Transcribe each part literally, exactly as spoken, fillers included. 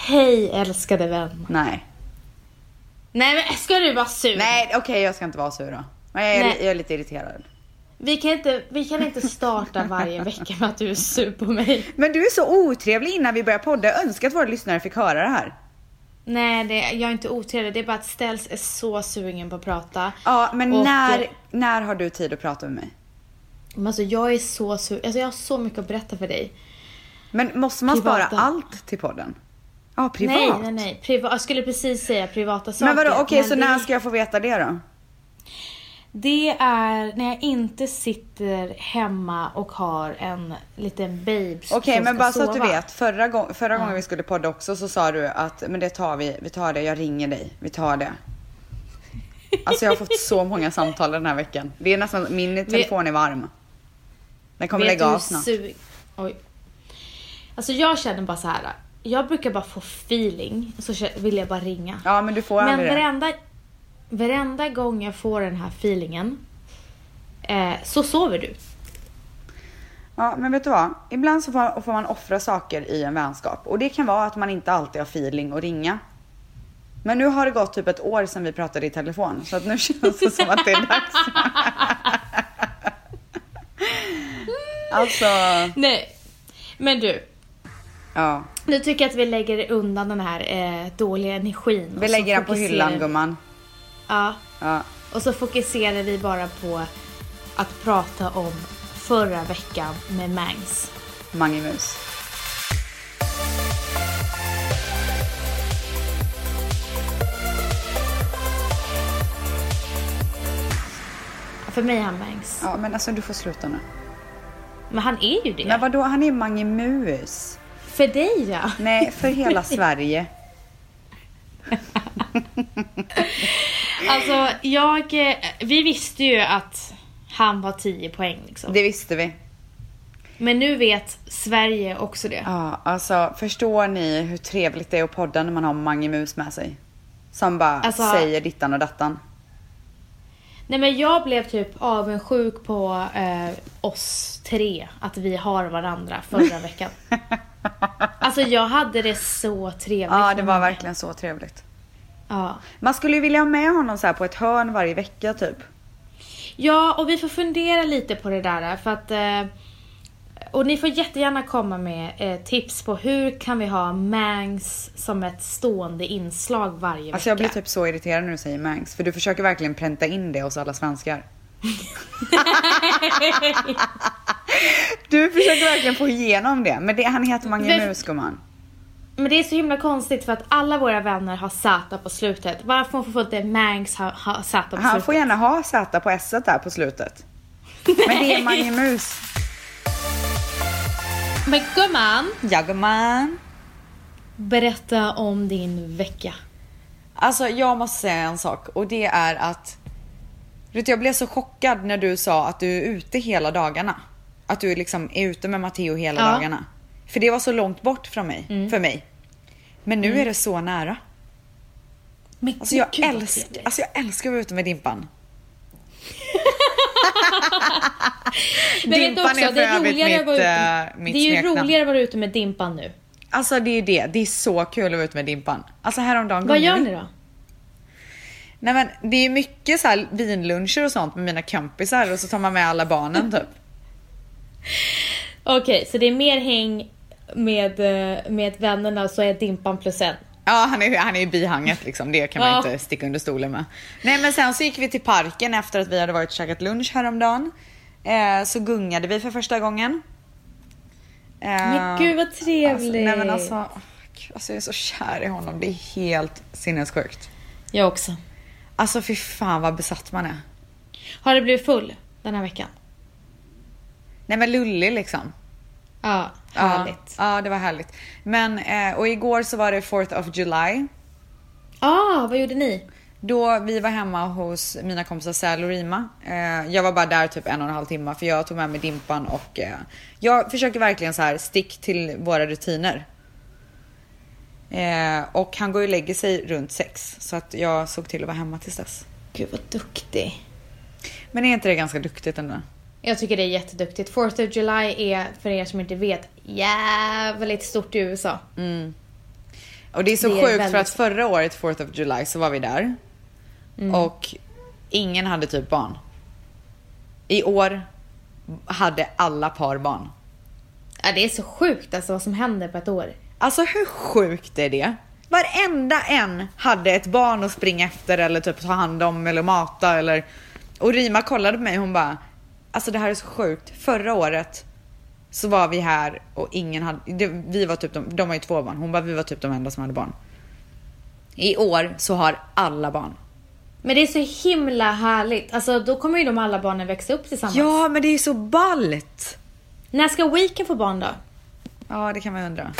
Hej älskade vän. Nej. Nej men ska du vara sur? Nej, okej okay, jag ska inte vara sur då. Men jag är, jag är lite irriterad. Vi kan, inte, vi kan inte starta varje vecka med att du är sur på mig. Men du är så otrevlig innan vi börjar podda. Jag önskar att våra lyssnare fick höra det här. Nej, det, jag är inte otrevlig. Det är bara att Ställs är så sugen på att prata. Ja, men och, när, när har du tid att prata med mig? Men alltså jag är så sugen. Alltså jag har så mycket att berätta för dig. Men måste man privata. spara allt till podden? Ja, privat. Nej, nej, nej. Priva- jag skulle precis säga privata saker. Men vadå, okej, okay, så det... när ska jag få veta det då? Det är när jag inte sitter hemma och har en liten babe som Okej, okay, men bara sova. så att du vet, förra, gång, förra ja. gången vi skulle podda också så sa du att men det tar vi, vi tar det, jag ringer dig, vi tar det. Alltså jag har fått så många samtal den här veckan. Det är nästan, min telefon är varm. Den kommer lägga av snart. Su- Oj. Alltså jag känner bara så här. Jag brukar bara få feeling, så vill jag bara ringa. Ja, men du får aldrig men det. varenda, varenda gång jag får den här feelingen eh, så sover du. Ja, men vet du vad? Ibland så får, får man offra saker i en vänskap. Och det kan vara att man inte alltid har feeling att ringa. Men nu har det gått typ ett år sedan vi pratade i telefon. Så att nu känns det som att det är dags. Alltså... Nej, men du. Ja. Nu tycker jag att vi lägger undan den här eh, dåliga energin. Vi lägger den på hyllan, gumman. Ja. Ja. Och så fokuserar vi bara på att prata om förra veckan med Mangs. Mangimus. För mig är han Mangs. Ja, men alltså du får sluta nu. Men han är ju det. Men vadå, han är Mangimus. För dig ja. Nej, för hela Sverige. Alltså, jag... Vi visste ju att han var tio poäng liksom. Det visste vi. Men nu vet Sverige också det. Ja, alltså förstår ni hur trevligt det är att podda när man har Mangimus med sig? Som bara alltså, säger dittan och dattan. Nej men jag blev typ avundsjuk på eh, oss tre. Att vi har varandra förra veckan. Alltså jag hade det så trevligt. Ja, det var verkligen så trevligt. Ja. Man skulle ju vilja ha med honom så här på ett hörn varje vecka typ. Ja, och vi får fundera lite på det där. För att... Eh, och ni får jättegärna komma med eh, tips på hur kan vi ha Mangs som ett stående inslag varje vecka. Alltså jag blir typ så irriterad när du säger Mangs. För du försöker verkligen pränta in det hos alla svenskar. Du försöker verkligen få igenom det. Men det, han heter Mangimus, gumman. Men det är så himla konstigt för att alla våra vänner har Z på slutet. Varför får inte Mangs ha, ha Z på slutet? Han får gärna ha Z på S där på slutet. Men det är Mangimus. Men gumman. Ja, gumman. Berätta om din vecka. Alltså jag måste säga en sak. Och det är att vet du, jag blev så chockad när du sa att du är ute hela dagarna. Att du liksom är ute med Matteo hela ja. dagarna. För det var så långt bort från mig, mm. för mig. Men nu mm. är det så nära. Men alltså, jag Gud, älsk, alltså jag älskar att vara ute med Dimpan. Men Dimpan också, är för övrigt mitt, uh, mitt Det är ju smeknamn. roligare att vara ute med Dimpan nu. Alltså det är det, det är så kul att vara ute med Dimpan. Alltså häromdagen. Vad gör ni då? Nej men det är mycket så här vinluncher och sånt med mina kompisar. Och så tar man med alla barnen typ. Okej, okay, så det är mer häng med, med vännerna så är Dimpan plus en. Ja, han är, han är i bihanget liksom. Det kan man ja. inte sticka under stolen med. Nej, men sen så gick vi till parken efter att vi hade varit och käkat lunch häromdagen. Eh, så gungade vi för första gången. Eh, men gud vad trevligt. Alltså, nej men alltså, alltså jag är så kär i honom. Det är helt sinnessjukt. Jag också. Alltså fy fan vad besatt man är. Har du blivit full den här veckan? Nej men lullig liksom. Ja, härligt. Ja, ja det var härligt. Men, eh, och igår så var det fourth of July. Ah, vad gjorde ni? Då vi var hemma hos mina kompisar Sal och Rima. Eh, jag var bara där typ en och en halv timme. För jag tog med mig Dimpan. Och eh, jag försöker verkligen så här stick till våra rutiner. Eh, och han går ju och lägger sig runt sex. Så att jag såg till att vara hemma tills dess. Gud vad duktig. Men är inte det ganska duktigt ändå? Jag tycker det är jätteduktigt. fourth of July är, för er som inte vet, jävligt stort i U S A. Mm. Och det är så det är sjukt väldigt... för att förra året, fourth of July, så var vi där. Mm. Och ingen hade typ barn. I år hade alla par barn. Ja, det är så sjukt alltså vad som händer på ett år. Alltså hur sjukt är det? Varenda en hade ett barn att springa efter eller typ ta hand om eller mata eller... Och Rima kollade på mig och hon bara, alltså det här är så sjukt. Förra året så var vi här och ingen hade... Det, vi var typ de, de var ju två barn. Hon bara, vi var typ de enda som hade barn. I år så har alla barn. Men det är så himla härligt. Alltså då kommer ju de alla barnen växa upp tillsammans. Ja, men det är så ballt. När ska Weekend få barn då? Ja, det kan man undra.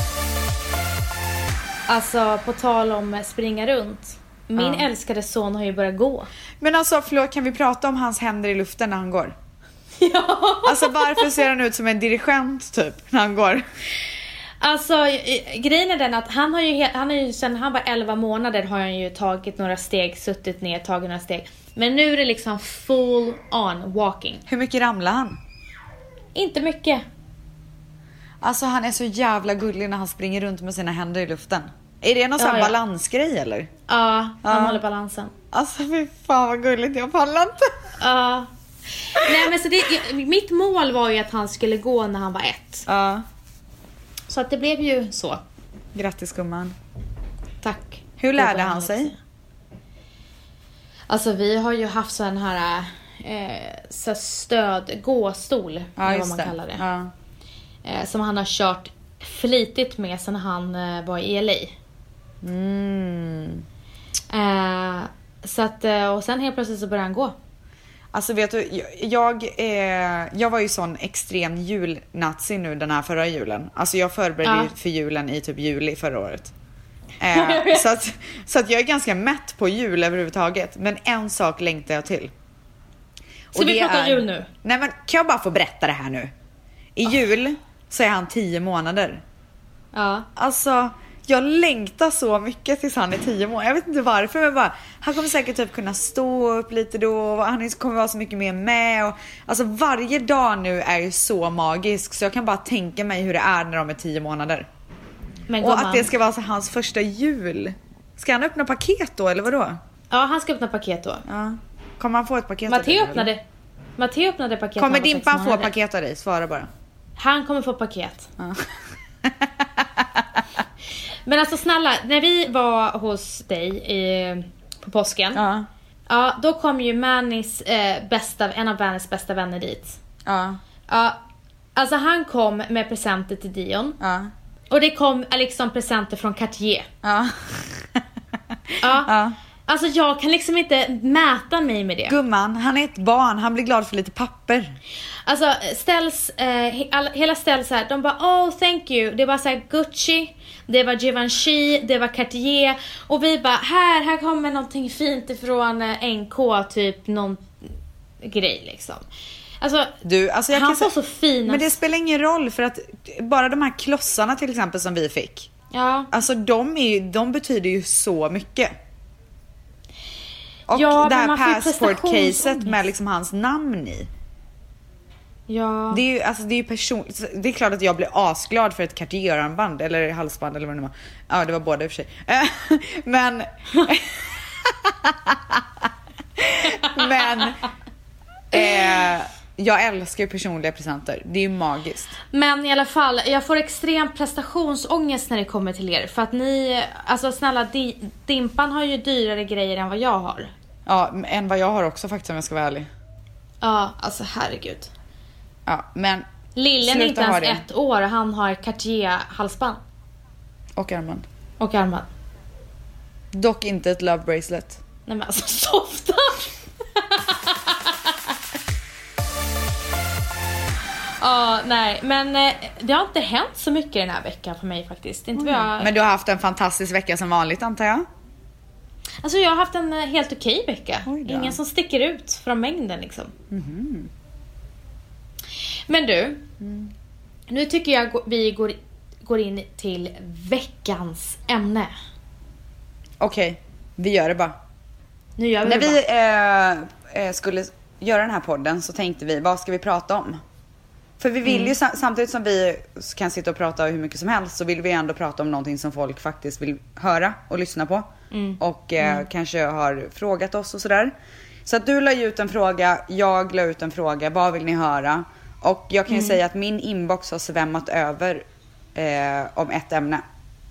Alltså på tal om springa runt. Min ja. älskade son har ju börjat gå. Men alltså förlåt, kan vi prata om hans händer i luften när han går? Ja. Alltså varför ser han ut som en dirigent typ när han går? Alltså grejen är den att han har ju, han har ju sen han var elva månader har han ju tagit några steg, suttit ner, tagit några steg. Men nu är det liksom full on walking. Hur mycket ramlar han? Inte mycket. Alltså han är så jävla gullig när han springer runt med sina händer i luften. Är det någon sån här ja. balansgrej eller? Ja, han ja. håller balansen. Alltså fy fan vad gulligt, jag pallar inte. Ja. Nej men så det, mitt mål var ju att han skulle gå när han var ett. Ja. Så att det blev ju så. Grattis gumman. Tack. Hur lärde han sig? Alltså vi har ju haft sån här eh, så stöd, gåstol, ja, vad man det. kallar det. Ja. Eh, som han har kört flitigt med sen han eh, var i L A. Mm. Eh, så att, och sen helt plötsligt så började han gå. Alltså vet du, jag, jag, eh, jag var ju sån extrem julnazi nu den här förra julen. Alltså jag förberedde ja. ju för julen i typ juli förra året. Eh, så, att, så att jag är ganska mätt på jul överhuvudtaget. Men en sak längtar jag till. Ska vi prata är, jul nu? Nej men kan jag bara få berätta det här nu? I oh. jul så är han tio månader. Ja. Alltså... Jag längtar så mycket tills han är tio månader. Jag vet inte varför, men bara, han kommer säkert typ kunna stå upp lite då. Han kommer vara så mycket mer med. Och, alltså varje dag nu är ju så magisk. Så jag kan bara tänka mig hur det är när de är tio månader. Men och att det ska vara så hans första jul. Ska han öppna paket då, eller vadå? Ja, han ska öppna paket då. Ja. Kommer han få ett paket? Matteo öppnade, Matteo öppnade paket. Kommer Dimpan få paket av dig? Svara bara. Han kommer få paket. Ja. Men alltså snälla, när vi var hos dig i, på påsken. Ja. Ja, då kom ju Mannys eh, bästa, en av Mannys bästa vänner dit. Ja. Ja. Alltså han kom med presenter till Dion. Ja. Och det kom liksom presenter från Cartier. Ja. Ja. Ja. Alltså jag kan liksom inte mäta mig med det. Gumman, han är ett barn. Han blir glad för lite papper. Alltså ställs eh, all, hela ställs här. De bara, oh thank you. Det var så här Gucci, det var Givenchy, det var Cartier. Och vi bara, här, här kommer någonting fint ifrån eh, N K. Typ någon grej liksom. Alltså, du, alltså jag han kan får så fina. Men det spelar ingen roll för att bara de här klossarna till exempel som vi fick. Ja. Alltså de, är, de betyder ju så mycket. Och ja, det här passport-caset med liksom hans namn i. Ja. Det är ju alltså, det är ju person... Det är klart att jag blir asglad för ett Cartier-armband eller halsband eller vad det var. Ja, det var båda i och för sig. Men Men eh, jag älskar ju personliga presenter. Det är ju magiskt. Men i alla fall, jag får extrem prestationsångest när det kommer till er. För att ni, alltså snälla, Dimpan har ju dyrare grejer än vad jag har. Ja, än vad jag har också faktiskt om jag ska vara ärlig. Ja, alltså herregud. Ja, men Lillen är inte ens ett år. Han har Cartier-halsband. Och armband. Och armband. Dock inte ett love bracelet. Nej men alltså, softa! Ja, nej. Men eh, det har inte hänt så mycket den här veckan för mig faktiskt. Inte mm. jag... Men du har haft en fantastisk vecka som vanligt, antar jag? Alltså jag har haft en helt okej vecka. Ingen som sticker ut från mängden liksom. Mm-hmm. Men du, mm. nu tycker jag vi går, går in till veckans ämne. Okej, okay, vi gör det bara. Nu gör vi När det vi eh, skulle göra den här podden så tänkte vi, vad ska vi prata om? För vi vill ju samtidigt som vi kan sitta och prata hur mycket som helst, så vill vi ändå prata om någonting som folk faktiskt vill höra och lyssna på. Mm. Och eh, mm. kanske har frågat oss och sådär. Så att du la ut en fråga, jag la ut en fråga, vad vill ni höra? Och jag kan ju mm. säga att min inbox har svämmat över eh, om ett ämne.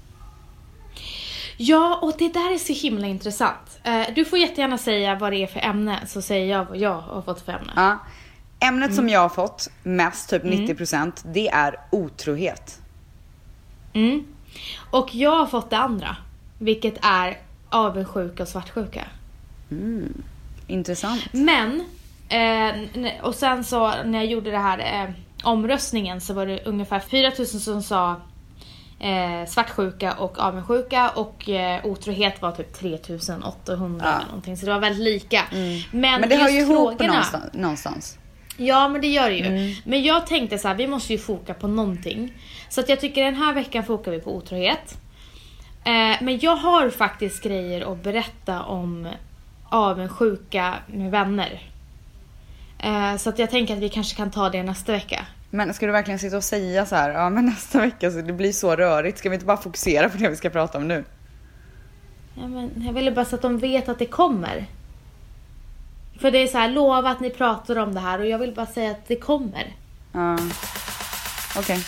Ja, och det där är så himla intressant. Eh, du får jättegärna säga vad det är för ämne, så säger jag vad jag har fått för ämne. Ja. Ämnet mm. som jag har fått mest, typ nittio procent, mm. det är otrohet. Mm. Och jag har fått det andra, vilket är avundsjuka och svartsjuka. Mm. Intressant. Men, eh, och sen så när jag gjorde det här eh, omröstningen, så var det ungefär fyra tusen som sa eh, svartsjuka och avundsjuka, och eh, otrohet var typ tre tusen åttahundra ja. eller någonting, så det var väldigt lika. Mm. Men, men det hör ju ihop någonstans, någonstans. Ja, men det gör det ju. Mm. Men jag tänkte så här, vi måste ju foka på någonting. Så att jag tycker den här veckan fokar vi på otrohet. Eh, men jag har faktiskt grejer att berätta om avundsjuka med vänner. Eh, så att jag tänker att vi kanske kan ta det nästa vecka. Men ska du verkligen sitta och säga så här, ja men nästa vecka, så det blir så rörigt. Ska vi inte bara fokusera på det vi ska prata om nu? Ja, men jag ville bara så att de vet att det kommer. För det är så här, lova att ni pratar om det här, och jag vill bara säga att det kommer. Ja, uh, okej. Okay.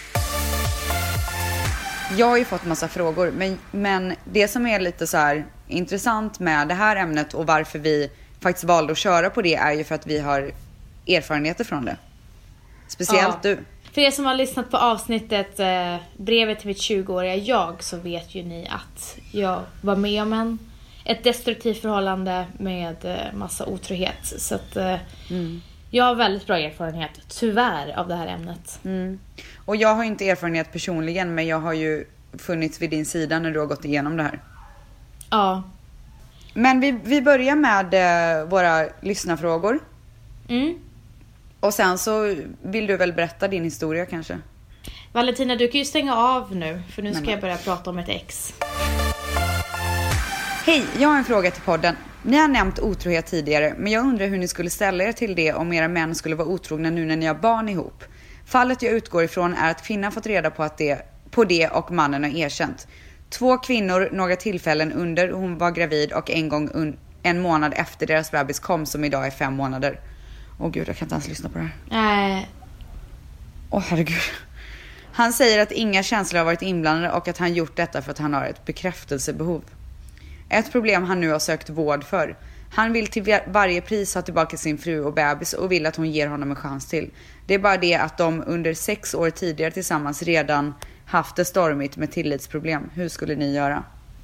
Jag har ju fått massa frågor, men, men det som är lite så här intressant med det här ämnet och varför vi faktiskt valde att köra på det är ju för att vi har erfarenheter från det. Speciellt ja. du. För er som har lyssnat på avsnittet eh, brevet till mitt tjugoåriga jag, så vet ju ni att jag var med om en ett destruktivt förhållande med eh, massa otrohet. Så att eh, mm. jag har väldigt bra erfarenhet, tyvärr, av det här ämnet. Mm. Och jag har inte erfarenhet personligen, men jag har ju funnits vid din sida när du har gått igenom det här. Ja. Men vi, vi börjar med eh, våra lyssnarfrågor. Mm. Och sen så vill du väl berätta din historia kanske? Valentina, du kan ju stänga av nu, för nu ska men, jag börja prata om ett ex. Hej, jag har en fråga till podden. Ni har nämnt otrohet tidigare, men jag undrar hur ni skulle ställa er till det om era män skulle vara otrogna nu när ni har barn ihop. Fallet jag utgår ifrån är att kvinnan fått reda på, att det, på det och mannen har erkänt. Två kvinnor några tillfällen under hon var gravid och en gång un, en månad efter deras bebis kom, som idag är fem månader. Åh gud, jag kan inte ens lyssna på det här. Nej. Åh herregud. Han säger att inga känslor har varit inblandade och att han gjort detta för att han har ett bekräftelsebehov. Ett problem han nu har sökt vård för. Han vill till varje pris ha tillbaka sin fru och bebis och vill att hon ger honom en chans till. Det är bara det att de under sex år tidigare tillsammans redan haft det stormigt med tillitsproblem. Hur skulle ni göra?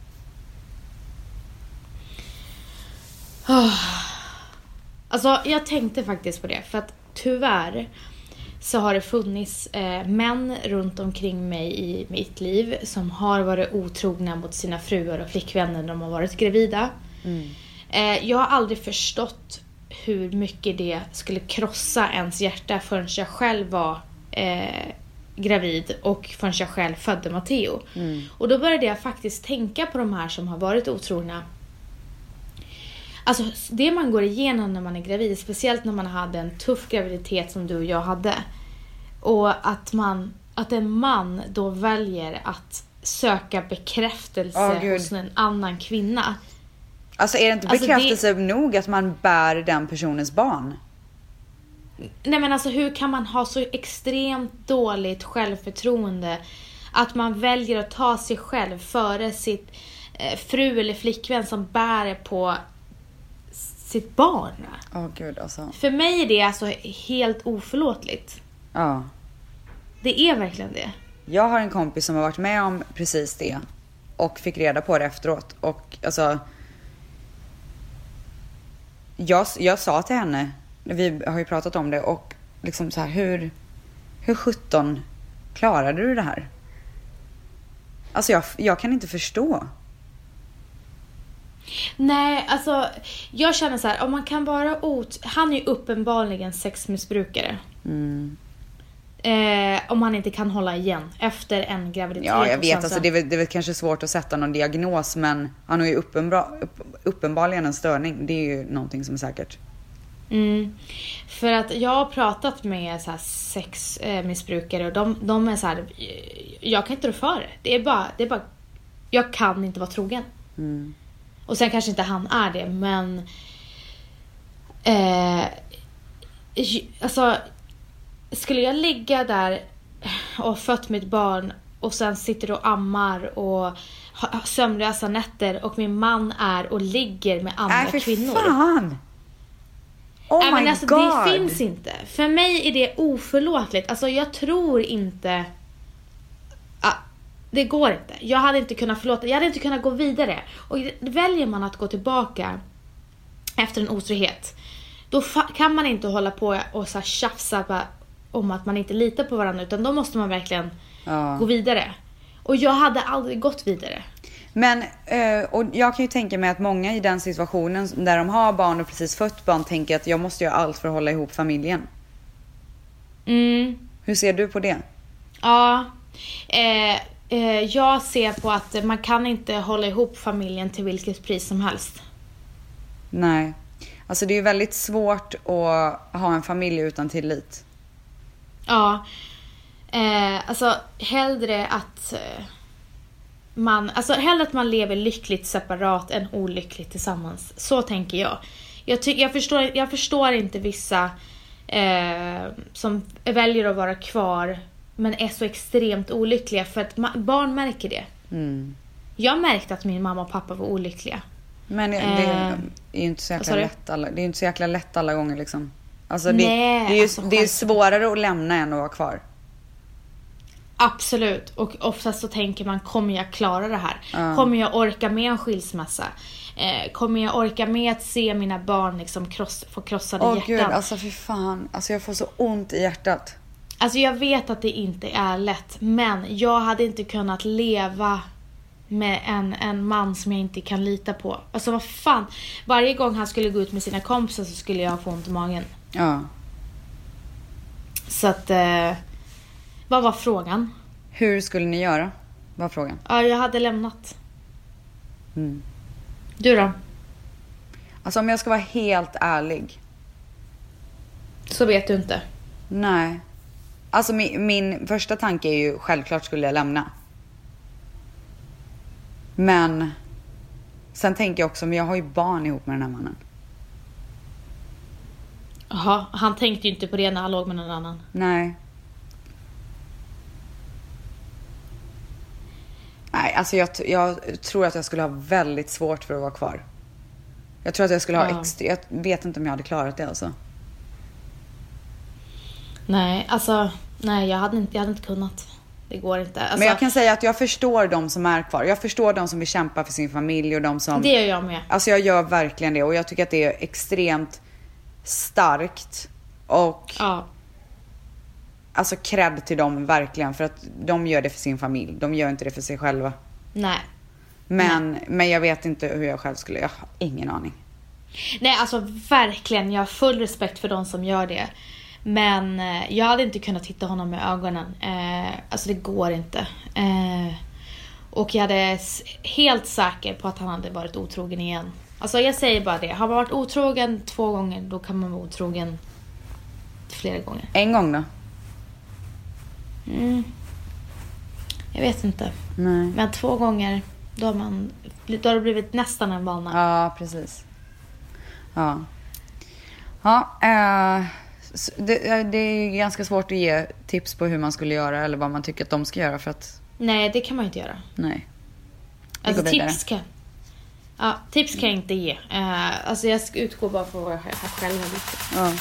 Oh. Alltså jag tänkte faktiskt på det, för att tyvärr så har det funnits eh, män runt omkring mig i mitt liv som har varit otrogna mot sina fruar och flickvänner när de har varit gravida. Mm. Eh, jag har aldrig förstått hur mycket det skulle krossa ens hjärta förrän jag själv var eh, gravid och förrän jag själv födde Matteo. Mm. Och då började jag faktiskt tänka på de här som har varit otrogna. Alltså det man går igenom när man är gravid, speciellt när man hade en tuff graviditet som du och jag hade. Och att man att en man då väljer att söka bekräftelse oh, hos en annan kvinna. Alltså är det inte alltså, bekräftelse det... nog att man bär den personens barn? Nej men alltså hur kan man ha så extremt dåligt självförtroende att man väljer att ta sig själv före sitt eh, fru eller flickvän som bär på sitt barn. Åh oh, gud alltså. För mig är det alltså helt oförlåtligt. Ja. Det är verkligen det. Jag har en kompis som har varit med om precis det och fick reda på det efteråt. Och alltså jag, jag sa till henne, vi har ju pratat om det, och liksom så här, hur hur sjutton klarade du det här? Alltså jag, jag kan inte förstå. Nej, alltså jag känner så här, om man kan vara ot... Han är ju uppenbarligen sexmissbrukare. Mm. Eh, om han inte kan hålla igen efter en graviditet. Ja, jag vet, alltså det är, väl, det är väl kanske svårt att sätta någon diagnos, men han har ju uppenbar, upp, uppenbarligen en störning. Det är ju någonting som är säkert. Mm. För att jag har pratat med så här sexmissbrukare och de, de är så här, jag kan inte rå för det. Det är bara, det är bara jag kan inte vara trogen. Mm. Och sen kanske inte han är det, men eh, alltså skulle jag ligga där och fött mitt barn och sen sitter och ammar och har sömnlösa nätter och min man är och ligger med andra äh, för kvinnor. Fan. Oh äh, my men alltså, god. det finns inte. För mig är det oförlåtligt. Alltså jag tror inte ah, det går inte. Jag hade inte kunnat förlåta. Jag hade inte kunnat gå vidare. Och väljer man att gå tillbaka efter en otrohet, då fa- kan man inte hålla på och så här tjafsa bara om att man inte litar på varandra, utan då måste man verkligen ja. gå vidare. Och jag hade aldrig gått vidare. Men, och jag kan ju tänka mig att många i den situationen där de har barn och precis fött barn tänker att jag måste göra allt för att hålla ihop familjen. Mm. Hur ser du på det? Ja, eh, eh, jag ser på att man kan inte hålla ihop familjen till vilket pris som helst. Nej, alltså det är ju väldigt svårt att ha en familj utan tillit. Ja, eh, alltså hellre att eh, man, alltså hellre att man lever lyckligt separat än olyckligt tillsammans. Så tänker jag. Jag, ty- jag, förstår, jag förstår inte vissa eh, som väljer att vara kvar men är så extremt olyckliga, för att ma- barn märker det. Mm. Jag märkte att min mamma och pappa var olyckliga. Men det, eh, det är ju inte så jäkla lätt alla, det är inte så jäkla lätt alla gånger liksom. Alltså det, Nej, det är ju alltså, det är svårare att lämna än att vara kvar. Absolut. Och oftast så tänker man, kommer jag klara det här? Ja. Kommer jag orka med en skilsmässa? Eh, kommer jag orka med att se mina barn liksom kross, få krossade Åh hjärtan? gud, alltså fy fan. Alltså jag får så ont i hjärtat. Alltså jag vet att det inte är lätt, men jag hade inte kunnat leva med en, en man som jag inte kan lita på. Alltså vad fan. Varje gång han skulle gå ut med sina kompisar så skulle jag få ont i magen. Ja. Så att... Eh, vad var frågan? Hur skulle ni göra? Var frågan. Ja, jag hade lämnat. Mm. Du då? Alltså om jag ska vara helt ärlig. Så vet du inte. Nej. Alltså min, min första tanke är ju självklart skulle jag lämna. Men sen tänker jag också, men jag har ju barn ihop med den här mannen. Jaha, han tänkte ju inte på det när han låg med någon annan. Nej. Nej, alltså jag, jag tror att jag skulle ha väldigt svårt för att vara kvar. Jag tror att jag skulle ha Ja. extra... Jag vet inte om jag hade klarat det alltså. Nej, alltså... Nej, jag hade inte, jag hade inte kunnat. Det går inte. Alltså, Men jag kan säga att jag förstår de som är kvar. Jag förstår de som vill kämpa för sin familj och de som... Det gör jag med. Alltså jag gör verkligen det. Och jag tycker att det är extremt starkt. Och... Ja. Alltså cred till dem verkligen. För att de gör det för sin familj. De gör inte det för sig själva. Nej. Men, men jag vet inte hur jag själv skulle... Jag har ingen aning. Nej, alltså verkligen. Jag har full respekt för de som gör det. Men eh, jag hade inte kunnat titta honom i ögonen. Eh, alltså det går inte. Eh, och jag är s- helt säker på att han hade varit otrogen igen. Alltså jag säger bara det. Har man varit otrogen två gånger, då kan man vara otrogen flera gånger. En gång då? Mm. Jag vet inte. Nej. Men två gånger, då har, man, då har det blivit nästan en vana. Ja, precis. Ja. Ja, eh, s- det, det är ju ganska svårt att ge tips på hur man skulle göra eller vad man tycker att de ska göra för att... Nej, det kan man ju inte göra. Nej. Vi Alltså går vidare. tips kan, ja, tips kan jag inte ge. Uh, alltså jag ska utgå bara från vad jag själv har gjort. Ja.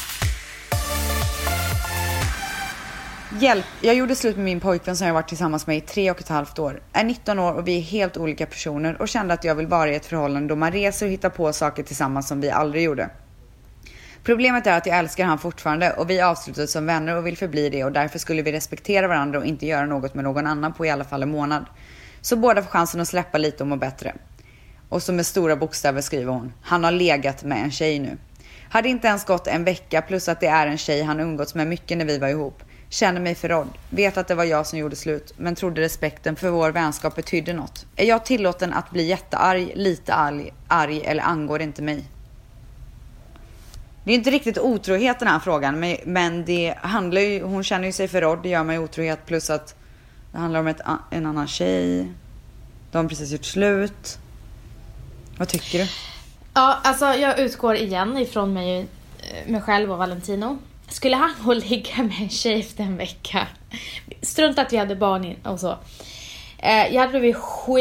Hjälp, jag gjorde slut med min pojkvän som jag varit tillsammans med i tre och ett halvt år. Är nitton år och vi är helt olika personer och kände att jag vill vara i ett förhållande då man reser och hittar på saker tillsammans som vi aldrig gjorde. Problemet är att jag älskar han fortfarande och vi avslutade som vänner och vill förbli det och därför skulle vi respektera varandra och inte göra något med någon annan på i alla fall en månad. Så båda får chansen att släppa lite och må bättre. Och så med stora bokstäver skriver hon: han har legat med en tjej nu. Hade inte ens gått en vecka plus att det är en tjej han umgåtts med mycket när vi var ihop. Känner mig förrådd. Vet att det var jag som gjorde slut. Men trodde respekten för vår vänskap betydde något. Är jag tillåten att bli jättearg, lite arg, arg eller angår det inte mig? Det är inte riktigt otrohet den här frågan, men, men det handlar ju, hon känner ju sig förrådd, det gör man ju otrohet, plus att det handlar om ett, en annan tjej. De har precis gjort slut. Vad tycker du? Ja, alltså jag utgår igen ifrån mig, mig själv och Valentino. Skulle han gå och ligga med en tjej efter en vecka, strunt att vi hade barn in och så, eh, jag hade blivit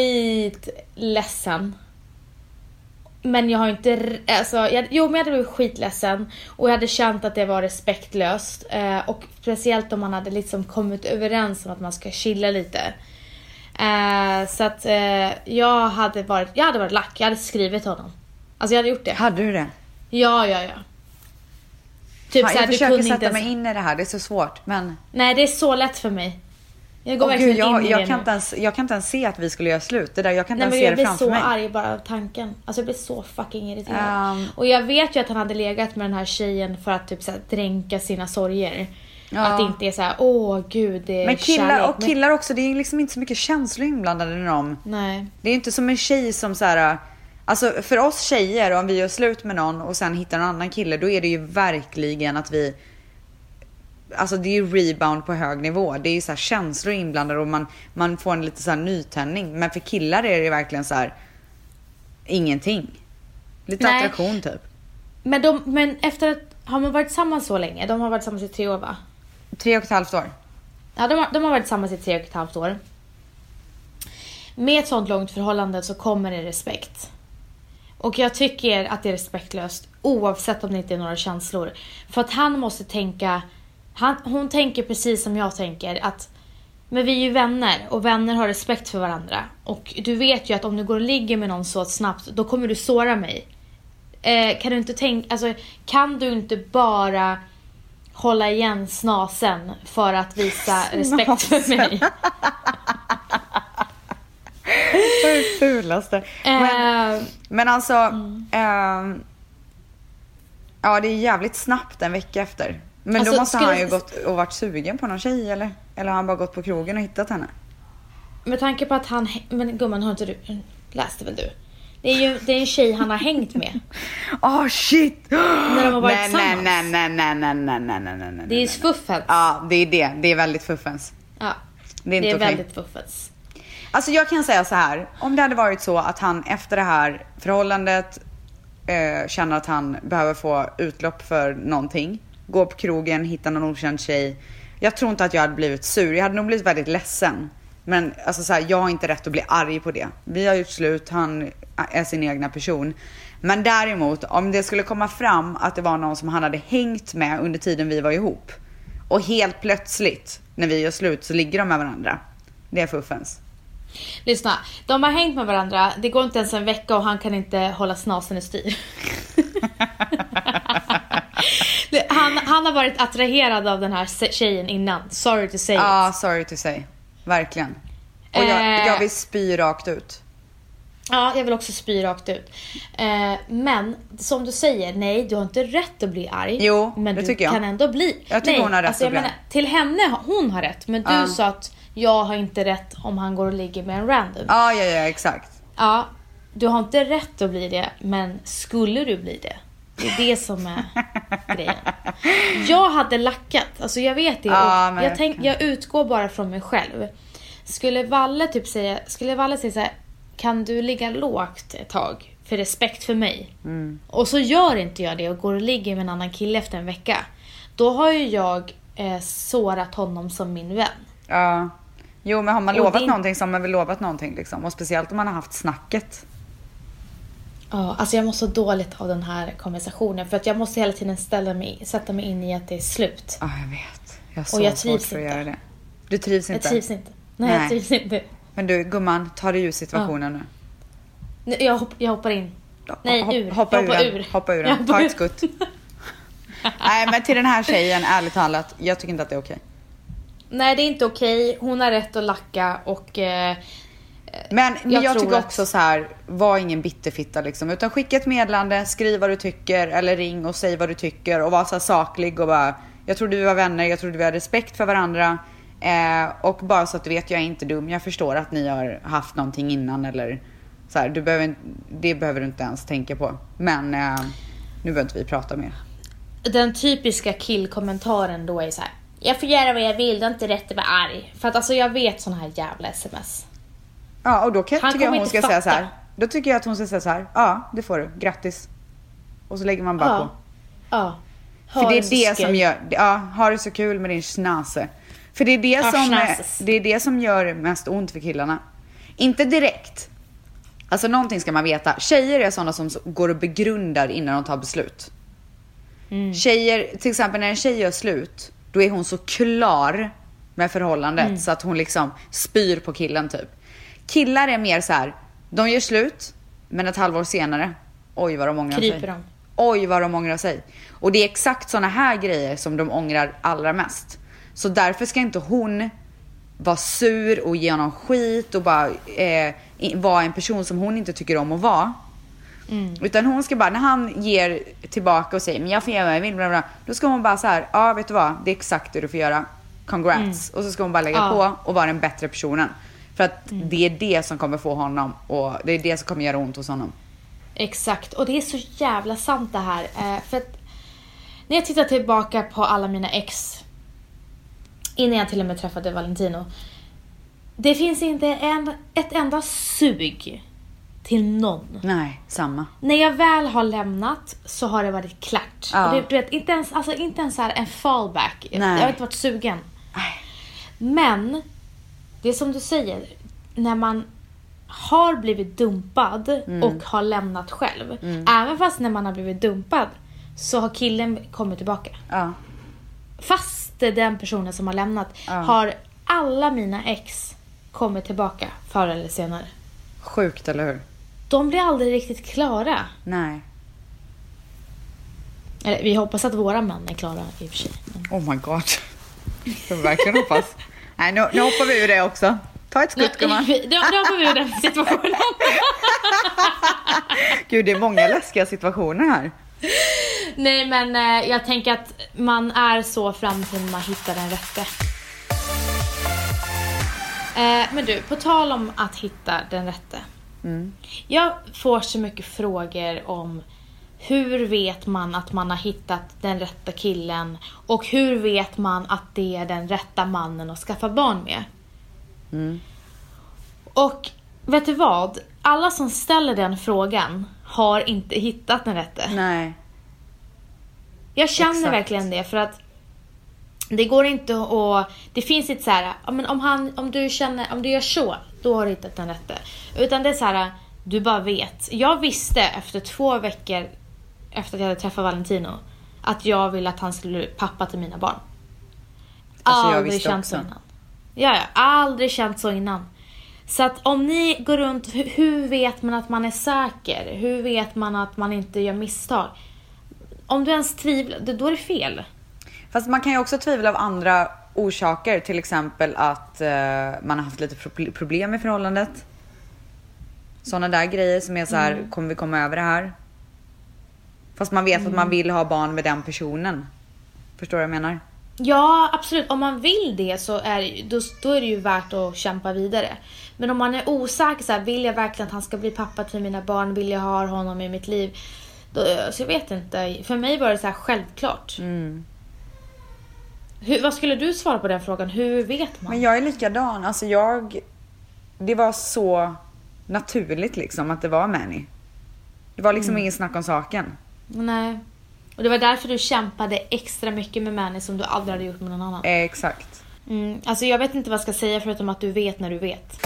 skitledsen. Men jag har inte, alltså, jag, jo men jag hade blivit skitledsen. Och jag hade känt att det var respektlöst, eh, och speciellt om man hade liksom kommit överens om att man ska chilla lite. eh, Så att eh, jag hade varit, jag hade varit lack, jag hade skrivit honom. Alltså jag hade gjort det. Hade du det? Ja, ja, ja. Typ ja, så här, jag försöker sätta inte mig ens... in i det här, det är så svårt, men... Nej, det är så lätt för mig. Jag går oh, verkligen Gud, jag, in i jag det kan nu. inte ens, jag kan inte ens se att vi skulle göra slut. Det där, jag kan inte Nej, ens men se det framför mig. Jag blir så arg bara av tanken. Alltså jag blir så fucking irriterad. Um, och jag vet ju att han hade legat med den här tjejen för att typ så här, dränka sina sorger. Ja. Att det inte är så här, åh gud, det är men killar kärlek. och killar också, det är liksom inte så mycket känslor inblandade i dem. Nej. Det är inte som en tjej som så här, alltså för oss tjejer, om vi gör slut med någon och sen hittar en annan kille, då är det ju verkligen att vi, alltså det är ju rebound på hög nivå. Det är ju så här känslor inblandade och man, man får en lite så här nytändning. Men för killar är det verkligen så här ingenting. Lite Nej. attraktion typ. Men, de, men efter att, har man varit tillsammans så länge? De har varit tillsammans i tre år, va? Tre och ett halvt år. Ja, de har, de har varit tillsammans i tre och ett halvt år. Med ett sånt långt förhållande så kommer det respekt. Och jag tycker att det är respektlöst, oavsett om det inte är några känslor. För att han måste tänka, han, hon tänker precis som jag tänker, att men vi är ju vänner och vänner har respekt för varandra. Och du vet ju att om du går och ligger med någon så snabbt, då kommer du såra mig. Eh, kan du inte tänka, alltså kan du inte bara hålla igen snasen för att visa respekt för mig? Det är det fulaste. Men, Uh, men alltså mm. uh, ja, det är jävligt snabbt en vecka efter. Men alltså, då måste skulle... han ju gått och varit sugen på någon tjej, eller? Eller har han bara gått på krogen och hittat henne? Med tanke på att han, men gumman, har inte du läste väl du? Det är ju det är en tjej han har hängt med. Åh oh, shit. När de har varit nej, tillsammans. nej, nej, nej, nej, nej, nej, nej, nej, nej. Det är fuffens. Ja, det är det. Det är väldigt fuffens. Ja. Det är, inte det är okej. väldigt fuffens. Alltså jag kan säga så här, om det hade varit så att han efter det här förhållandet eh, känner att han behöver få utlopp för någonting, gå på krogen, hitta någon okänd tjej. Jag tror inte att jag hade blivit sur. Jag hade nog blivit väldigt ledsen. Men alltså så här, jag har inte rätt att bli arg på det. Vi har gjort slut, han är sin egna person. Men däremot, om det skulle komma fram att det var någon som han hade hängt med under tiden vi var ihop, och helt plötsligt när vi gör slut så ligger de med varandra, det är fuffens. Lyssna, de har hängt med varandra. Det går inte ens en vecka och han kan inte hålla snasen i styr. han, han har varit attraherad av den här tjejen innan. Sorry to say it. Ja, sorry to say. Verkligen. Och jag, Eh. jag vill spy rakt ut. Ja, jag vill också spy rakt ut. Eh, men som du säger, nej, du har inte rätt att bli arg. Jo, men det du tycker jag. kan ändå bli. Jag tycker nej, hon har rätt alltså, jag att bli menar, till henne, hon har rätt. Men du Ja. sa att jag har inte rätt om han går och ligger med en random. Ja, ja, ja, exakt. Ja, du har inte rätt att bli det, men skulle du bli det? Det är det som är grejen. Jag hade lackat, alltså jag vet det. Ja, och men jag, jag tänk, kan- jag utgår bara från mig själv. Skulle Valle typ säga, skulle Valle säga så här, kan du ligga lågt ett tag för respekt för mig? Mm. Och så gör inte jag det och går och ligger med en annan kille efter en vecka. Då har ju jag eh, sårat honom som min vän. Ja. Jo, men har man Och lovat din- någonting så har man väl lovat någonting liksom. Och speciellt om man har haft snacket. Ja, alltså jag mår så dåligt av den här konversationen. För att jag måste hela tiden ställa mig, sätta mig in i att det är slut. Ja, jag vet. Jag har så Och jag svårt trivs för att inte. göra det. Du trivs Jag inte? trivs inte. Nej, Nej. jag trivs inte. Men du, gumman, ta dig ur situationen nu. Nu, Jag, hopp, jag hoppar in. Nej, Hop- ur. Hoppa Jag ur hoppar den. ur. Hoppa ur Jag den. hoppar Ta ur. ett skutt. Nej, men till den här tjejen, ärligt talat, jag tycker inte att det är okej. Nej, det är inte okej. Hon har rätt att lacka och... Eh, Men, men jag, Jag tror tycker att- också så här, var ingen bitterfitta liksom. Utan skicka ett meddelande, skriv vad du tycker. Eller ring och säg vad du tycker. Och var så här saklig och bara, jag trodde vi var vänner, jag trodde vi hade respekt för varandra. Eh, och bara så att du vet, jag är inte dum. Jag förstår att ni har haft någonting innan. Eller så här, du behöver, det behöver du inte ens tänka på. Men eh, nu behöver inte vi prata mer. den typiska killkommentaren då är så här: jag får göra vad jag vill, det är inte rätt att vara arg. För att alltså jag vet såna här jävla sms. Ja, och då kan, Han tycker jag kommer hon inte ska säga så fatta. här. Då tycker jag att hon ska säga så här: ja, det får du, grattis. Och så lägger man bara Ja. på. Ja. För det är så det skoj. som gör, ja, har det så kul med din snase. För det är det Ja, som snases. det är det som gör mest ont för killarna. Inte direkt. Alltså någonting ska man veta. Tjejer är sådana som går och begrundar innan de tar beslut. Mm. Tjejer, till exempel när en tjej gör slut, då är hon så klar med förhållandet Mm. så att hon liksom spyr på killen typ. Killar är mer så här: de gör slut, men ett halvår senare, oj vad de ångrar Kryper sig. de. Oj vad de ångrar sig. Och det är exakt såna här grejer som de ångrar allra mest. Så därför ska inte hon vara sur och ge honom skit och bara eh, i- vara en person som hon inte tycker om att vara. Mm. Utan hon ska bara, när han ger tillbaka och säger men jag får göra vad jag vill, bla bla, då ska hon bara så här: ja vet du vad, det är exakt det du får göra. Congrats. Och så ska hon bara lägga Ja. på och vara den bättre personen. För att det är det som kommer få honom, och det är det som kommer göra ont hos honom. Exakt, och det är så jävla sant det här. Eh, för att när jag tittar tillbaka på alla mina ex, innan jag till och med träffade Valentino, det finns inte en, ett enda sug till någon. Nej, samma. När jag väl har lämnat så har det varit klart. Ja. Och det, du vet, inte ens, alltså, inte ens så här en fallback. Nej. Jag har inte varit sugen. Nej. Men det är som du säger, när man har blivit dumpad och har lämnat själv. Även fast när man har blivit dumpad så har killen kommit tillbaka. Ja. Fast den personen som har lämnat Ja. har alla mina ex kommit tillbaka förr eller senare. Sjukt, eller hur? De blir aldrig riktigt klara. Nej. Eller, vi hoppas att våra män är klara i och för sig. Men... Oh my god. Jag verkligen hoppas. Nej, nu, nu hoppar vi ur det också. Ta ett skutt, gumman. Då, då hoppar vi ur den situationen. Gud, det är många läskiga situationer här. Nej, men eh, jag tänker att man är så fram till man hittar den rätte. Eh, men du, på tal om att hitta den rätte. Mm. Jag får så mycket frågor om hur vet man att man har hittat den rätta killen och hur vet man att det är den rätta mannen att skaffa barn med. Mm. Och vet du vad? Alla som ställer den frågan har inte hittat den rätte. Nej. Jag känner Exakt. verkligen det, för att det går inte att... Det finns inte så här, ja, men om, han, om du känner, om du gör så, då har du hittat den rätte. Utan det är så här, du bara vet. Jag visste efter två veckor efter att jag hade träffat Valentino att jag ville att han skulle bli pappa till mina barn. Alltså, jag aldrig visste känt också. så innan. Ja, ja, aldrig känt så innan. Så att om ni går runt, hur, hur vet man att man är säker? Hur vet man att man inte gör misstag? Om du ens tvivlar, då är det fel. Fast man kan ju också tvivla av andra orsaker. Till exempel att eh, man har haft lite pro- problem i förhållandet. Sådana där grejer som är så här, Mm. kommer vi komma över det här? Fast man vet Mm. att man vill ha barn med den personen. Förstår du vad jag menar? Ja, absolut. Om man vill det så är, då, då är det ju värt att kämpa vidare. Men om man är osäker, så här, vill jag verkligen att han ska bli pappa till mina barn? Vill jag ha honom i mitt liv? Då, så jag vet inte. För mig var det så här självklart. Mm. Hur, vad skulle du svara på den frågan? Hur vet man? Men jag är likadan. Alltså jag... Det var så naturligt liksom att det var Manny. Det var liksom Mm. ingen snack om saken. Nej. Och det var därför du kämpade extra mycket med Manny som du aldrig hade gjort med någon annan. Eh, exakt. Mm, alltså jag vet inte vad jag ska säga förutom att du vet när du vet.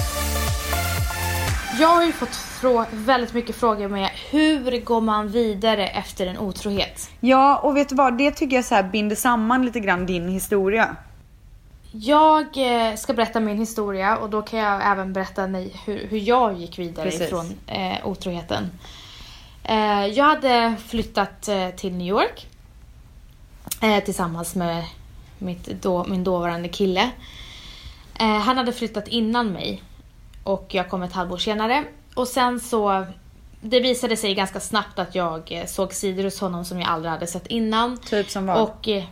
Jag har ju fått frå- väldigt mycket frågor med hur går man vidare efter en otrohet? Ja, och vet du vad? Det tycker jag så här binder samman lite grann din historia. Jag eh, ska berätta min historia och då kan jag även berätta mig hur, hur jag gick vidare Precis. ifrån eh, otroheten. Eh, jag hade flyttat eh, till New York eh, tillsammans med mitt då, min dåvarande kille. Eh, han hade flyttat innan mig och jag kom ett halvår senare. Och sen så, det visade sig ganska snabbt att jag eh, såg sidor hos honom som jag aldrig hade sett innan. Typ som vad? Och eh,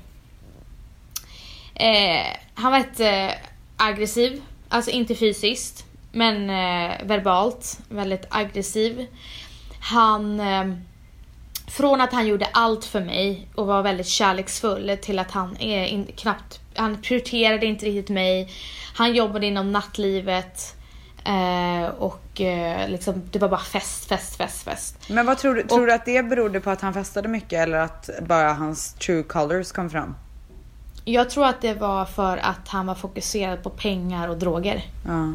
eh, han var ett eh, aggressiv, alltså inte fysiskt, men eh, verbalt väldigt aggressiv. Han eh, från att han gjorde allt för mig och var väldigt kärleksfull till att han är in, knappt, han prioriterade inte riktigt mig. Han jobbade inom nattlivet eh, och eh, liksom, det var bara fest, fest, fest, fest. Men vad tror du, tror och, du att det berodde på att han festade mycket eller att bara hans true colors kom fram? Jag tror att det var för att han var fokuserad på pengar och droger. Ja.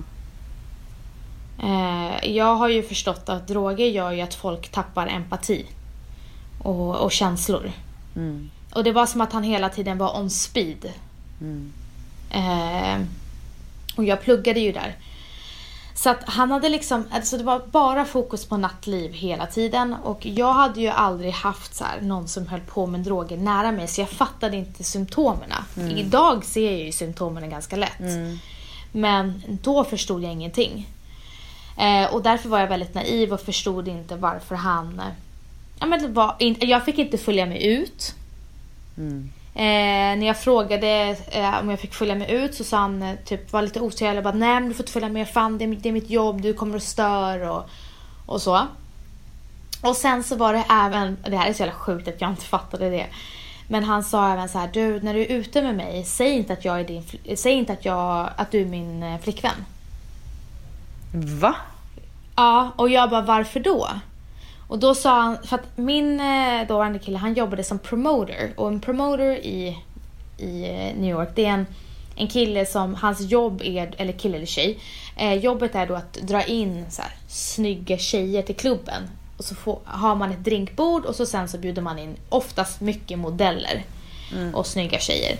Eh, jag har ju förstått att droger gör ju att folk tappar empati och, och känslor. Mm. Och det var som att han hela tiden var on speed. Mm. Eh, och jag pluggade ju där. Så att han hade liksom, alltså det var bara fokus på nattliv hela tiden. Och jag hade ju aldrig haft så här, någon som höll på med droger nära mig. Så jag fattade inte symptomen. Mm. Idag ser jag ju symptomen ganska lätt. Mm. Men då förstod jag ingenting. Eh, och därför var jag väldigt naiv och förstod inte varför han... Ja, men det var inte, jag fick inte följa med ut. Mm. Eh, när jag frågade eh, om jag fick följa med ut så sa han eh, typ, var lite otrevlig och bara, nej men du får inte följa med, fan det är, det är mitt jobb, du kommer att stör och, och så. Och sen så var det även, det här är så jävla sjukt att jag inte fattade det, men han sa även så här: du, när du är ute med mig, säg inte att jag är din, säg inte att jag, att du är min eh, flickvän. Va? Ja, och jag bara, varför då? Och då sa han, för att min eh, dåvarande kille, han jobbade som promoter. Och en promoter i, i New York, det är en, en kille som, hans jobb är, eller kille eller tjej, eh, jobbet är då att dra in så här, snygga tjejer till klubben. Och så får, har man ett drinkbord och så sen så bjuder man in oftast mycket modeller mm. och snygga tjejer.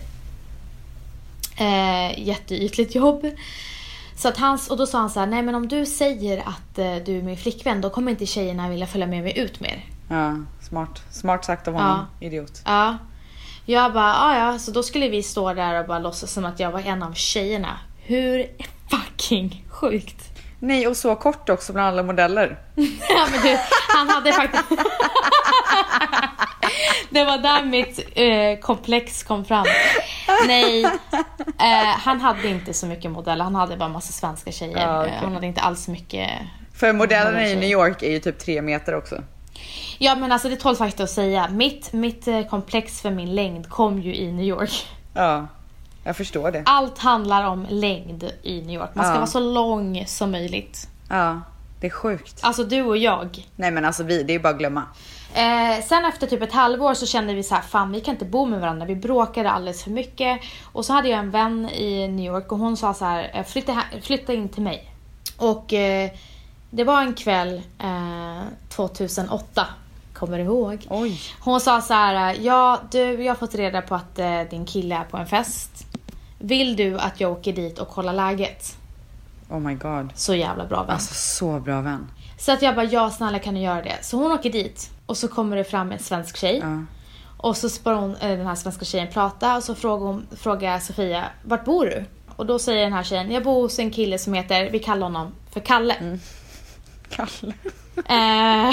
Eh, jätteytligt jobb. Så att hans, och då sa han så här: nej men om du säger att eh, du är min flickvän, då kommer inte tjejerna vilja följa med mig ut mer. Ja, smart. Smart sagt av honom, ja. Idiot. Ja. Jag bara, ja ja, så då skulle vi stå där och bara låtsas som att jag var en av tjejerna. Hur fucking sjukt. Nej, och så kort också bland alla modeller. Ja men du, han hade faktiskt... Det var där mitt eh, komplex kom fram. Nej, eh, han hade inte så mycket modeller. Han hade bara massa svenska tjejer. Ja, okay. Han hade inte alls mycket. För modellerna i New York är ju typ tre meter också. Ja men alltså det tål faktiskt att säga. Mitt, mitt komplex för min längd kom ju i New York. Ja, jag förstår det. Allt handlar om längd i New York. Man ska ja. vara så lång som möjligt. Ja, det är sjukt. Alltså du och jag. Nej men alltså vi, det är bara att glömma. Eh, sen efter typ ett halvår så kände vi så här: fan vi kan inte bo med varandra, vi bråkade alldeles för mycket. Och så hade jag en vän i New York och hon sa så här: flytta, flytta in till mig. Och eh, det var en kväll eh, tjugohundraåtta, kommer du ihåg? Oj. Hon sa så här: ja du, jag har fått reda på att eh, din kille är på en fest. Vill du att jag åker dit och kollar läget? Oh my god. Så jävla bra vän. Alltså så bra vän. Så att jag bara, ja snälla kan du göra det? Så hon åker dit. Och så kommer det fram en svensk tjej. Uh. Och så spår hon, den här svenska tjejen prata. Och så frågar, hon, frågar Sofia: vart bor du? Och då säger den här tjejen: jag bor hos en kille som heter, vi kallar honom för Kalle. Mm. Kalle. Eh.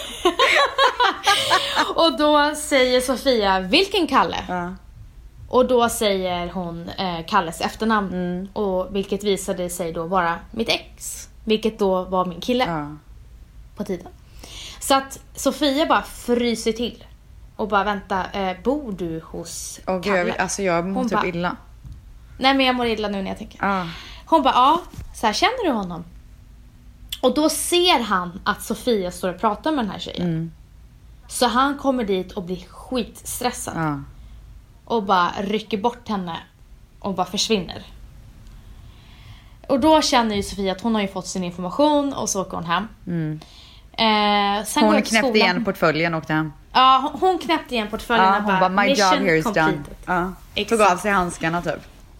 Och då säger Sofia: vilken Kalle? Uh. Och då säger hon eh, Kalles efternamn. Mm. Och vilket visade sig då vara mitt ex. Vilket då var min kille. Uh. På tiden. Så att Sofia bara fryser till. Och bara, vänta, eh, bor du hos Åh, Kalle? Gud, alltså jag mår hon typ ba, illa. Nej men jag mår illa nu när jag tänker. Uh. Hon bara, ja, så här, känner du honom? Och då ser han att Sofia står och pratar med den här tjejen. Mm. Så han kommer dit och blir skitstressad. Uh. Och bara rycker bort henne. Och bara försvinner. Och då känner ju Sofia att hon har ju fått sin information. Och så åker hon hem. Mm. Eh, sen hon knäppte igen portföljen och åkte hem. Ja, hon, hon knäppte igen portföljen. Ja, hon bara, my job here is completed. done. Ja. Tog av sig handskarna typ.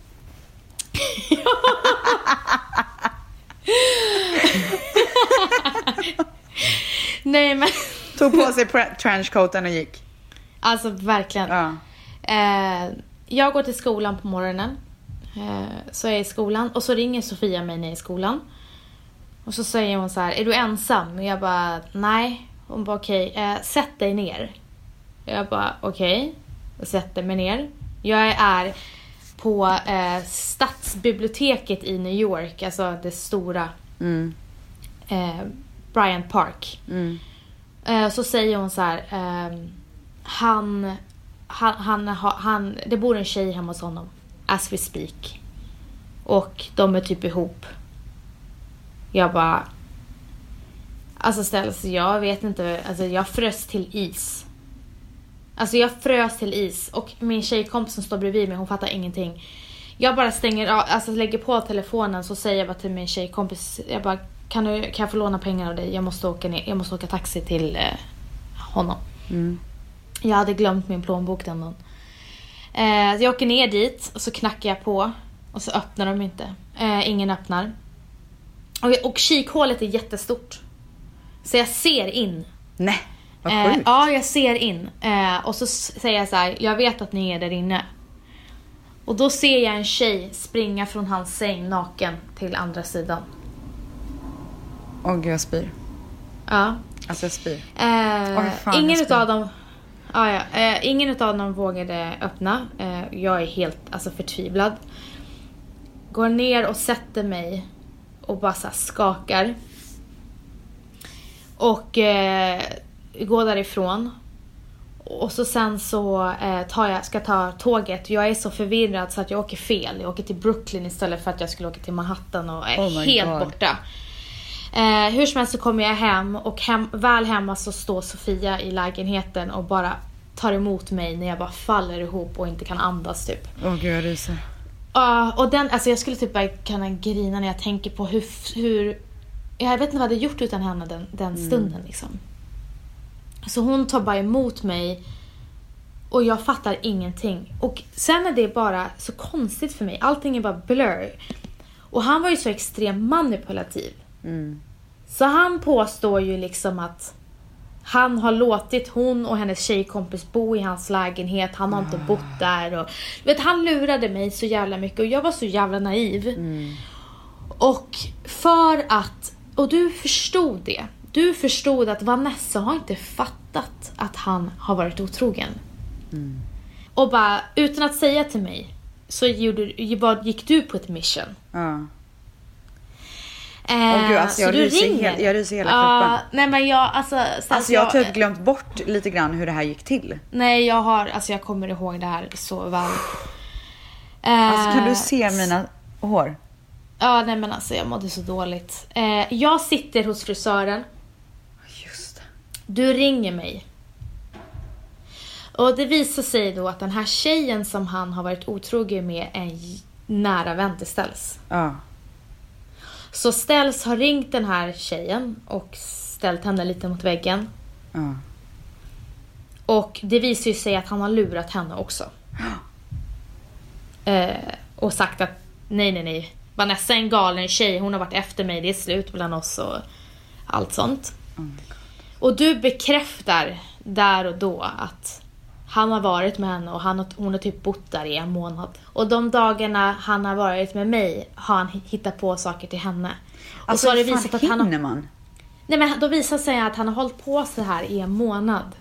Nej men tog på sig trenchcoaten och gick. Alltså verkligen. Ja. eh, Jag går till skolan på morgonen. eh, Så är jag i skolan. Och så ringer Sofia mig när jag är i skolan. Och så säger hon så här: är du ensam? Och jag bara, nej. Hon bara, okej, okay, eh, sätt dig ner. Jag bara, okej. Okay. Jag sätter mig ner. Jag är på eh, stadsbiblioteket i New York. Alltså det stora mm. eh, Bryant Park. Mm. Eh, så säger hon så här. Eh, han, han, han, han, det bor en tjej hemma hos honom. As we speak. Och de är typ ihop. Jag bara... Alltså ställs, jag vet inte. Alltså jag frös till is. Alltså jag frös till is. Och min tjejkompis som står bredvid mig, hon fattar ingenting. Jag bara stänger av, alltså lägger på telefonen. Så säger jag bara till min tjejkompis. Jag bara, kan, du, kan jag få låna pengar av dig? Jag måste åka ner, jag måste åka taxi till eh, honom. Mm. Jag hade glömt min plånbok den dagen. Eh, jag åker ner dit. Och så knackar jag på. Och så öppnar de inte. Eh, ingen öppnar. Och, och kikhålet är jättestort. Så jag ser in. Nej, vad eh, sjukt. Ja, jag ser in. Eh, och så säger jag så här: jag vet att ni är där inne. Och då ser jag en tjej springa från hans säng naken till andra sidan. Åh gud, jag spyr. Ja. Alltså jag spyr. Eh, Oj, fan, ingen jag spyr. utav dem ah, ja, eh, ingen utav dem vågade öppna. eh, Jag är helt alltså, förtvivlad. Går ner och sätter mig. Och bara så här skakar. Och eh, går därifrån. Och så sen så eh, tar jag, ska ta tåget. Jag är så förvirrad så att jag åker fel. Jag åker till Brooklyn istället för att jag skulle åka till Manhattan. Och är Oh my helt God. borta. Eh, hur som helst så kommer jag hem. Och hem, väl hemma så står Sofia i lägenheten. Och bara tar emot mig när jag bara faller ihop och inte kan andas typ. Åh gud, jag ryser. Uh, och den, alltså jag skulle typ bara kunna grina när jag tänker på hur, hur jag vet inte vad jag hade gjort utan henne den, den stunden mm. liksom. Så hon tar bara emot mig. Och jag fattar ingenting. Och sen är det bara så konstigt för mig. Allting är bara blur. Och han var ju så extremt manipulativ. Mm. Så han påstår ju liksom att han har låtit hon och hennes tjejkompis bo i hans lägenhet. Han har inte bott där. Och, vet, han lurade mig så jävla mycket. Och jag var så jävla naiv. Mm. Och för att... Och du förstod det. Du förstod att Vanessa har inte fattat att han har varit otrogen. Mm. Och bara, utan att säga till mig, så gjorde, bara gick du på ett mission. Ja. Eh, Åh gud, alltså jag, så du ryser ringer. helt, jag ryser hela Ja, kroppen. nej men jag, alltså, så Alltså jag har jag, typ glömt bort lite grann hur det här gick till. Nej, jag har, alltså jag kommer ihåg det här så väl. Alltså kan Eh, du se mina hår? Ja, nej men alltså jag mådde så dåligt. Eh, jag sitter hos frisören. Just det. Du ringer mig. Och det visar sig då att den här tjejen som han har varit otrogen med är en nära vän till Ställs. Ja. Så Ställs har ringt den här tjejen och ställt henne lite mot väggen. Ja. Och det visar ju sig att han har lurat henne också. Eh, och sagt att nej, nej, nej. Vanessa är en galen tjej. Hon har varit efter mig. Det är slut mellan oss och allt sånt. Mm. Och du bekräftar där och då att han har varit med henne och han har, hon har typ bott där i en månad. Och de dagarna han har varit med mig har han hittat på saker till henne. Och Alltså så har det hur visat fan att han har, hinner man? nej men då visar sig att han har hållit på så här i en månad.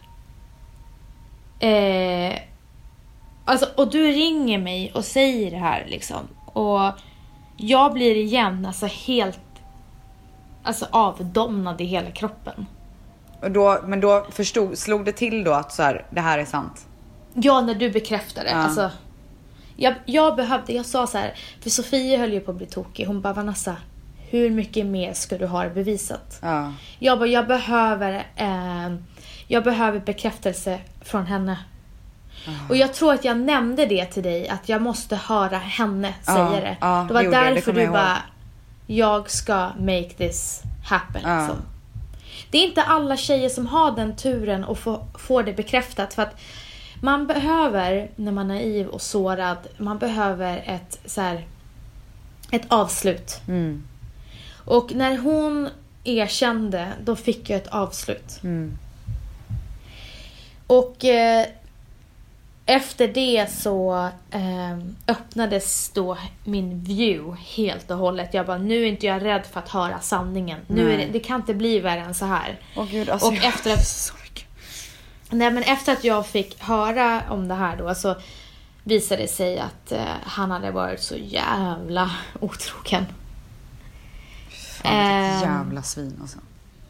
Eh, alltså, och du ringer mig och säger det här liksom. Och jag blir igen alltså helt alltså avdomnad i hela kroppen. Och då, men då förstod, slog det till då att så här, det här är sant? Ja, när du bekräftade. Ja. Alltså, jag, jag behövde, jag sa så här, för Sofia höll ju på att bli tokig. Hon bara, Vanessa, hur mycket mer ska du ha bevisat? Ja. Jag bara, jag behöver, eh, jag behöver bekräftelse från henne. Ja. Och jag tror att jag nämnde det till dig, att jag måste höra henne Ja, säga det. ja, det var det gjorde det, det därför kommer du jag bara, ihåg. jag ska make this happen. Ja. Liksom. Det är inte alla tjejer som har den turen och får, får det bekräftat. För att man behöver, när man är naiv och sårad, man behöver ett, så här, ett avslut. Mm. Och när hon erkände, då fick jag ett avslut. Mm. Och eh, efter det så eh, öppnades då min view helt och hållet. Jag bara, nu är inte jag rädd för att höra sanningen. Nu är det, det kan inte bli värre än så här. Åh gud, alltså och jag efter att, så mycket. nej, men efter att jag fick höra om det här då, så visade det sig att eh, han hade varit så jävla otrogen. Fan, vilket Ehm. jävla svin alltså.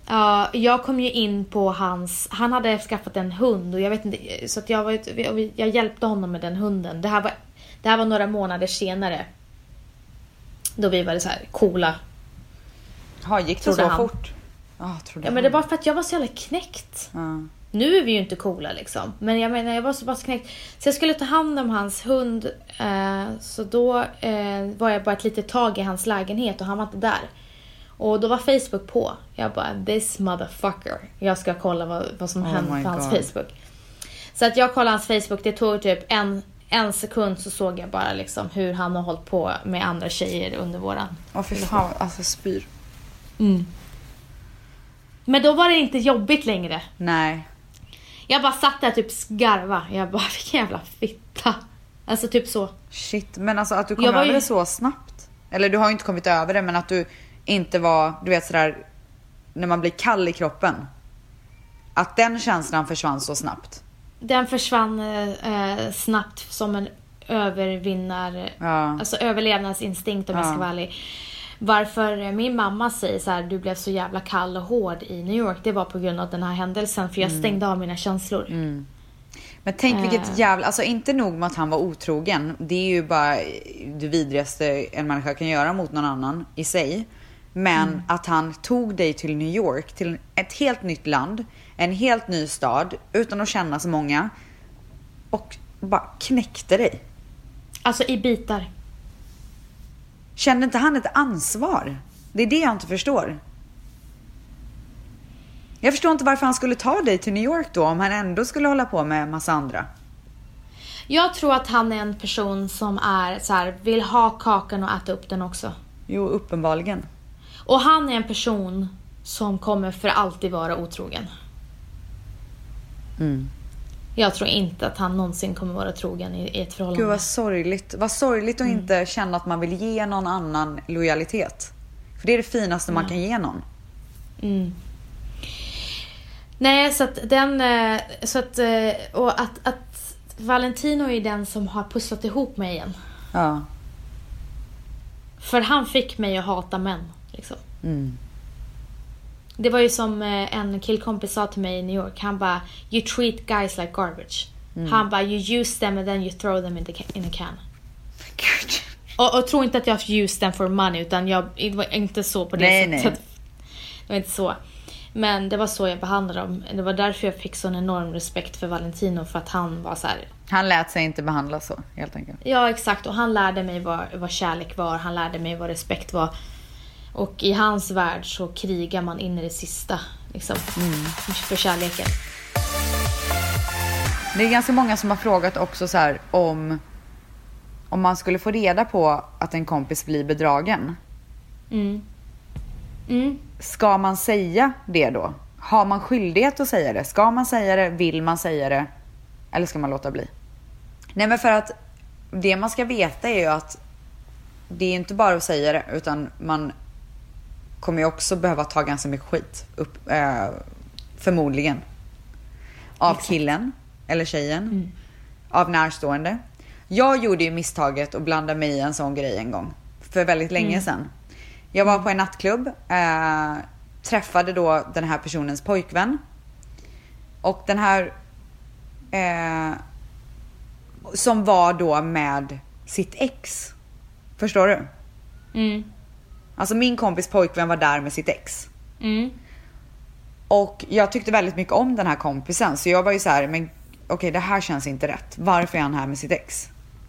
Ja, jag kom ju in på hans... Han hade skaffat en hund och jag vet inte... Så att jag, var, jag hjälpte honom med den hunden. Det här var, det här var några månader senare. Då vi var så här coola. Ja, gick det så han. fort? Oh, ja, men det var för att jag var så jävla knäckt. Mm. Nu är vi ju inte coola liksom. Men jag menar, jag var så bara knäckt. Så jag skulle ta hand om hans hund. Eh, så då eh, var jag bara ett litet tag i hans lägenhet och han var inte där. Och då var Facebook på. Jag bara, this motherfucker. Jag ska kolla vad, vad som oh hände på hans God. Facebook. Så att jag kollade hans Facebook. Det tog typ en, en sekund så såg jag bara liksom hur han har hållit på med andra tjejer under våran. Åh oh, för fan, alltså spyr. Mm. Men då var det inte jobbigt längre. Nej. Jag bara satt där typ skarva. Jag bara, vilken jävla fitta. Alltså typ så. Shit, men alltså att du kom över ju... det så snabbt. Eller du har ju inte kommit över det, men att du inte var, du vet sådär, när man blir kall i kroppen. Att den känslan försvann så snabbt. Den försvann eh, snabbt som en övervinnar, ja. Alltså överlevnadsinstinkt om ja. jag ska vara ärlig. Varför min mamma säger så här, du blev så jävla kall och hård i New York, det var på grund av den här händelsen, för jag mm. stängde av mina känslor. Mm. Men tänk vilket äh. jävla, alltså inte nog med att han var otrogen, det är ju bara det vidrigaste en människa kan göra mot någon annan i sig. Men mm. att han tog dig till New York, till ett helt nytt land, en helt ny stad, utan att känna så många, och bara knäckte dig. Alltså i bitar. Kände inte han ett ansvar? Det är det jag inte förstår. Jag förstår inte varför han skulle ta dig till New York då, om han ändå skulle hålla på med en massa andra. Jag tror att han är en person som är så här, vill ha kakan och äta upp den också. Jo, uppenbarligen. Och han är en person som kommer för alltid vara otrogen. Mm. Jag tror inte att han någonsin kommer vara trogen i, i ett förhållande. Gud vad sorgligt. Vad sorgligt att mm. inte känna att man vill ge någon annan lojalitet. För det är det finaste mm. man kan ge någon. Mm. Nej, så att den... Så att, och att, att Valentino är den som har pusslat ihop mig igen. Ja. För han fick mig att hata män. Liksom. Mm. Det var ju som en killkompis sa till mig i New York. Han bara, you treat guys like garbage. Mm. Han bara, you use them and then you throw them in, the, in a can. Gud. Och, och tro inte att jag use them for money, utan jag, det var inte så på det nej, sättet. Nej. Det var inte så. Men det var så jag behandlade dem. Det var därför jag fick sån enorm respekt för Valentino. För att han var så här. Han lät sig inte behandla så, helt enkelt. Ja, exakt. Och han lärde mig vad, vad kärlek var. Han lärde mig vad respekt var. Och i hans värld så krigar man in i det sista. Liksom, mm. för kärleken. Det är ganska många som har frågat också så här om... Om man skulle få reda på att en kompis blir bedragen. Mm. Mm. Ska man säga det då? Har man skyldighet att säga det? Ska man säga det? Vill man säga det? Eller ska man låta bli? Nej, men för att det man ska veta är ju att det är inte bara att säga det, utan man kommer ju också behöva ta ganska mycket skit upp, eh, förmodligen av Exakt. killen eller tjejen, mm. av närstående. Jag gjorde ju misstaget att blanda mig i en sån grej en gång för väldigt länge mm. sedan. Jag var på en nattklubb, eh, träffade då den här personens pojkvän. Och den här eh, som var då med sitt ex. Förstår du? Mm. Alltså min kompis pojkvän var där med sitt ex. Mm. Och jag tyckte väldigt mycket om den här kompisen. Så jag var ju så här, men okej, okay, det här känns inte rätt. Varför är han här med sitt ex?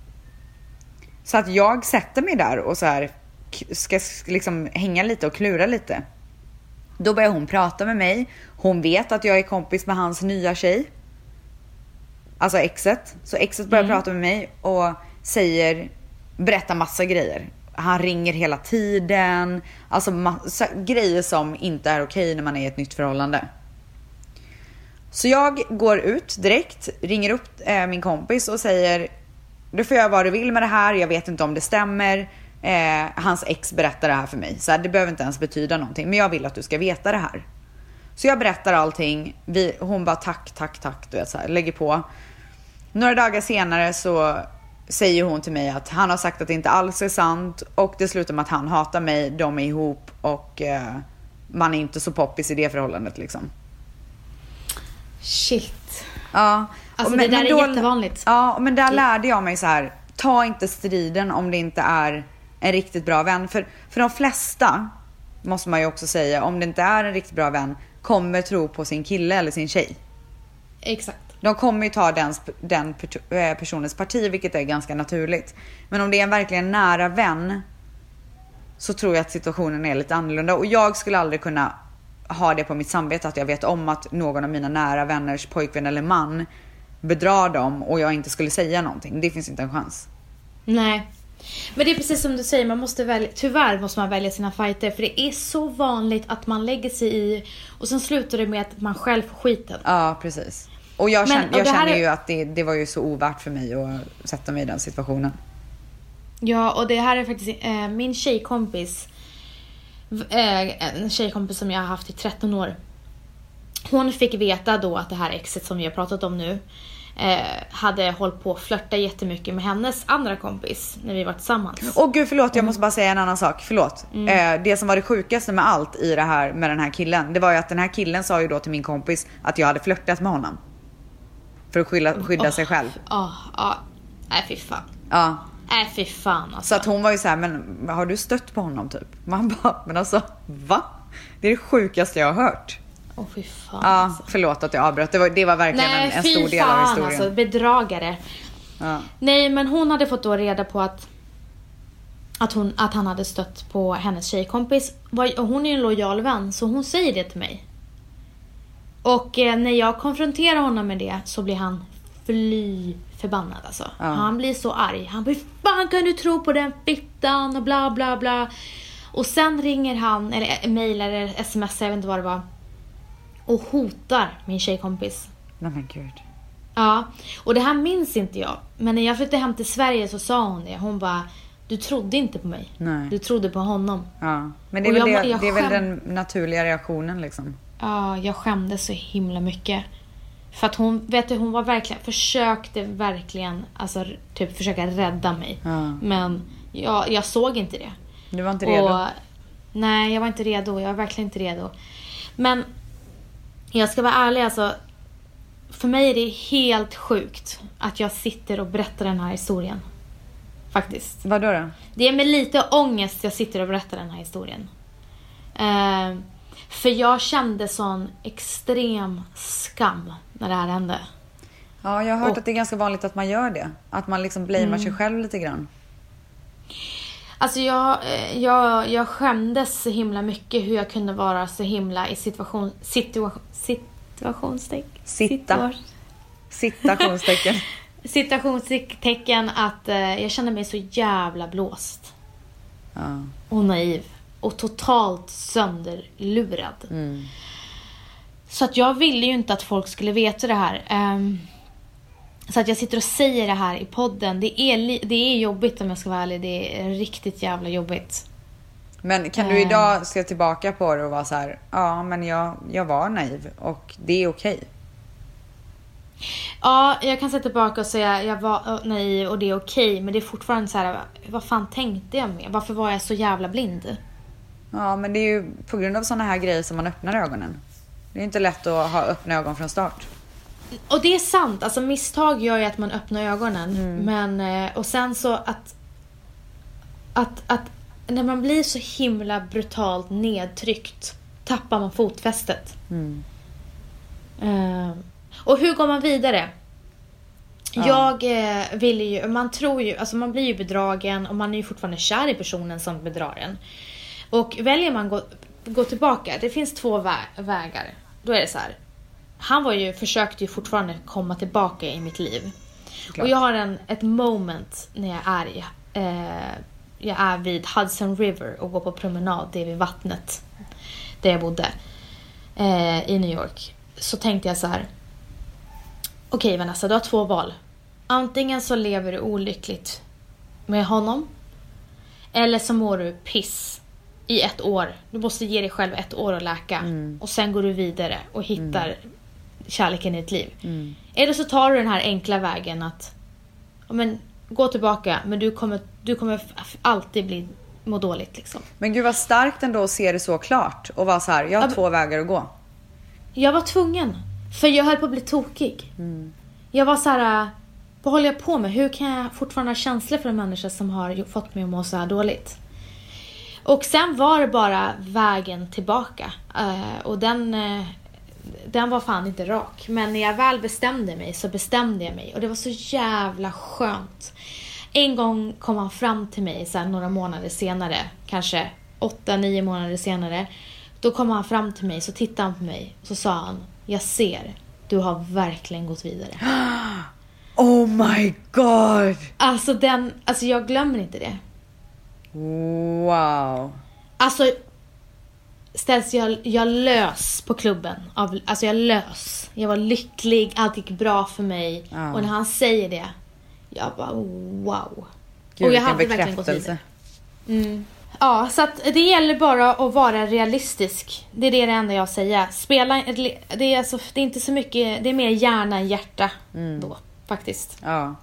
Så att jag sätter mig där och så här ska liksom hänga lite och klura lite. Då börjar hon prata med mig. Hon vet att jag är kompis med hans nya tjej. Alltså exet. Så exet börjar mm. prata med mig och säger, berättar massa grejer. Han ringer hela tiden. Alltså massa grejer som inte är okej när man är i ett nytt förhållande. Så jag går ut direkt, ringer upp eh, min kompis och säger, du får göra vad du vill med det här. Jag vet inte om det stämmer. Eh, hans ex berättar det här för mig. Så här, det behöver inte ens betyda någonting. Men jag vill att du ska veta det här. Så jag berättar allting. Vi, hon bara tack, tack, tack. Du vet, så här, lägger på. Några dagar senare så säger hon till mig att han har sagt att det inte alls är sant. Och det slutar med att han hatar mig. De är ihop och eh, man är inte så poppis i det förhållandet liksom. Shit. Ja. Alltså men, det där är då, jättevanligt. Ja, men där lärde jag mig så här: ta inte striden om det inte är en riktigt bra vän. För, för de flesta, måste man ju också säga, om det inte är en riktigt bra vän, kommer tro på sin kille eller sin tjej. Exakt. De kommer ju ta den, den personens parti, vilket är ganska naturligt. Men om det är en verkligen nära vän, så tror jag att situationen är lite annorlunda. Och jag skulle aldrig kunna ha det på mitt samvete att jag vet om att någon av mina nära vänners pojkvän eller man bedrar dem och jag inte skulle säga någonting. Det finns inte en chans. Nej. Men det är precis som du säger, man måste välja, tyvärr måste man välja sina fighter, för det är så vanligt att man lägger sig i och sen slutar det med att man själv får skiten. Ja, precis. Och jag känner, Men, och jag känner är... är... ju att det, det var ju så ovärt för mig att sätta mig i den situationen. Ja, och det här är faktiskt äh, min tjejkompis, äh, en tjejkompis som jag har haft i tretton år. Hon fick veta då att det här exet som vi har pratat om nu eh, hade hållit på att flirta jättemycket med hennes andra kompis när vi var tillsammans. Åh gud, förlåt, jag måste bara säga en annan sak. Förlåt. Mm. Eh, det som var det sjukaste med allt i det här med den här killen, det var ju att den här killen sa ju då till min kompis att jag hade flirtat med honom. För att skydda, skydda oh, sig själv. Ja, oh, ja. Nej, fy fan. Ja. Nej, fy fan alltså. Så att hon var ju så här: men har du stött på honom typ? Man bara, men alltså, va? Det är det sjukaste jag har hört. Åh, oh, fy fan. Ja, alltså. Förlåt att jag avbröt. Det var, det var verkligen Nej, en, en stor del av historien. Alltså, bedragare. Ja. Nej, men hon hade fått då reda på att att, hon, att han hade stött på hennes tjejkompis. Och hon är ju en lojal vän, så hon säger det till mig. Och eh, när jag konfronterar honom med det så blir han fly förbannad alltså. Ja. Han blir så arg. Han blir, fan kan du tro på den fittan och bla bla bla. Och sen ringer han, eller mejlar eller smsar, jag vet inte vad det var, och hotar min tjejkompis. Nej men gud. Ja, och det här minns inte jag. Men när jag flyttade hem till Sverige så sa hon det. Hon bara, du trodde inte på mig. Nej. Du trodde på honom. Ja, men det är, väl, jag, det, jag det är väl skäm... den naturliga reaktionen liksom. Ja, jag skämdes så himla mycket. För att hon, vet du, hon var verkligen, försökte verkligen, alltså typ försöka rädda mig. Ja. Men jag, jag såg inte det. Du var inte redo? Och, nej, jag var inte redo. Jag var verkligen inte redo. Men jag ska vara ärlig, alltså. För mig är det helt sjukt att jag sitter och berättar den här historien. Faktiskt. Vadå då? Det är med lite ångest jag sitter och berättar den här historien. Eh, för jag kände sån extrem skam när det här hände. Ja, jag har hört och, att det är ganska vanligt att man gör det. Att man liksom blamear mm. sig själv lite grann. Alltså jag, jag, jag skämdes så himla mycket hur jag kunde vara så himla i situation, situation, situationstecken. Sitta. Citationstecken. Situationstecken att eh, jag kände mig så jävla blåst. Ja. Och naiv. Och totalt sönderlurad. Mm. Så att jag ville ju inte att folk skulle veta det här. Um, så att jag sitter och säger det här i podden. Det är, det är jobbigt om jag ska vara ärlig. Det är riktigt jävla jobbigt. Men kan du idag se tillbaka på det och vara så här: ja, men jag, jag var naiv och det är okej. Ja, jag kan se tillbaka och säga jag var naiv och det är okej. Men det är fortfarande så här, vad fan tänkte jag med? Varför var jag så jävla blind? Ja, men det är ju på grund av såna här grejer som man öppnar ögonen. Det är inte lätt att ha öppna ögon från start. Och det är sant, alltså misstag gör ju att man öppnar ögonen. Mm. Men, och sen så att, att, att när man blir så himla brutalt nedtryckt tappar man fotfästet. Mm. Uh, och hur går man vidare? Ja. Jag eh, vill ju, man tror ju, alltså man blir ju bedragen och man är ju fortfarande kär i personen som bedrar en. Och väljer man gå, gå tillbaka, det finns två vä- vägar. Då är det så här. Han var ju, försökte ju fortfarande komma tillbaka i mitt liv. Klart. Och jag har en, ett moment när jag är i, eh, jag är vid Hudson River och går på promenad, det är vid vattnet där jag bodde eh, i New York. Så tänkte jag så här: okej okay, Vanessa, du har två val. Antingen så lever du olyckligt med honom, eller så mår du piss i ett år. Du måste ge dig själv ett år att läka. Mm. Och sen går du vidare och hittar mm. kärleken i ditt liv. Mm. Eller så tar du den här enkla vägen att ja, men, gå tillbaka, men du kommer, du kommer alltid bli må dåligt liksom. Men gud vad starkt ändå att se det så klart. Och vara så här, jag har ja, två vägar att gå. Jag var tvungen. För jag höll på att bli tokig. Mm. Jag var så här, vad håller jag på med? Hur kan jag fortfarande ha känslor för en människa som har fått mig att må så här dåligt? Och sen var det bara vägen tillbaka. Uh, och den, uh, den var fan inte rak. Men när jag väl bestämde mig så bestämde jag mig. Och det var så jävla skönt. En gång kom han fram till mig så här, några månader senare. Kanske åtta, nio månader senare. Då kom han fram till mig, så tittade han på mig. Och så sa han, jag ser, du har verkligen gått vidare. Oh my god. Alltså den, alltså jag glömmer inte det. Wow. Alltså ställs jag, jag lös på klubben av, alltså jag lös. Jag var lycklig, allt gick bra för mig. Ja. Och när han säger det, jag bara wow. Gud, och jag hade verkligen gått vidare. Mm. Ja, så att det gäller bara att vara realistisk. Det är det, det enda jag säger. Spela, det är, alltså, det är inte så mycket, det är mer hjärna än hjärta mm. då, faktiskt. Ja.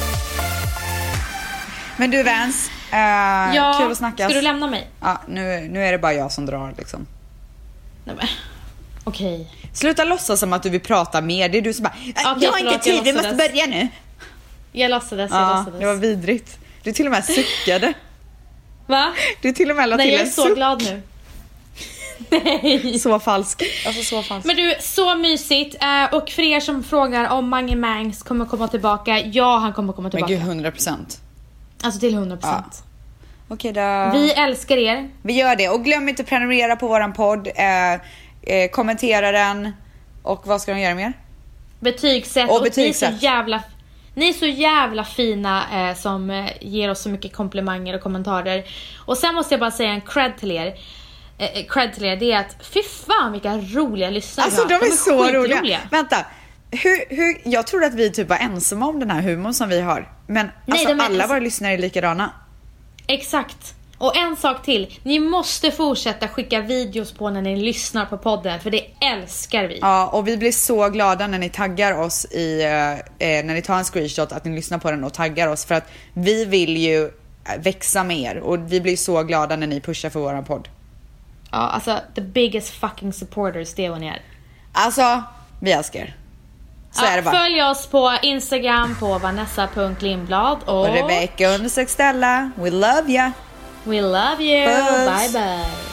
Men du Vans, eh, ja, kul att snackas. Ska du lämna mig? Ja, nu, nu är det bara jag som drar liksom. Nej men, okej. Okay. Sluta låtsas som att du vill prata mer. Det är du som bara, okay, jag har förlåt, inte tid, vi måste börja nu. Jag låtsades, jag ja, låtsades. Det var vidrigt. Du till och med suckade. Va? Du till och med la Nej, till jag är en så suck. glad nu. Nej. Så falsk. Alltså så falsk. Men du, så mysigt. Och för er som frågar om Mange Mangs kommer komma tillbaka. Ja, han kommer komma tillbaka. Men gud, hundra procent. Alltså till hundra procent. Ja. Okej då. Vi älskar er. Vi gör det. Och glöm inte att prenumerera på våran podd. Eh, eh, kommentera den. Och vad ska de göra mer? Betygsätt. Och, och betygsätt. Ni är så jävla, ni är så jävla fina eh, som eh, ger oss så mycket komplimanger och kommentarer. Och sen måste jag bara säga en cred till er. Eh, cred till er, det är att fy fan vilka roliga lyssnare. Alltså de är, de är så skitroliga. roliga. Vänta. Hur, hur, jag trodde att vi typ var ensamma om den här humorn som vi har. Men Nej, alltså, är, alla våra lyssnare är likadana. Exakt. Och en sak till. Ni måste fortsätta skicka videos på när ni lyssnar på podden. För det älskar vi. Ja, och vi blir så glada när ni taggar oss i eh, när ni tar en screenshot, att ni lyssnar på den och taggar oss. För att vi vill ju växa med er. Och vi blir så glada när ni pushar för våran podd. Ja, alltså the biggest fucking supporters, det är vad ni är. Alltså, vi älskar er. Så ja, är det bara. Följ oss på Instagram på vanessa punkt lindblad och, och Rebecca undersök Stella. We love ya. We love you. Puss. Bye bye.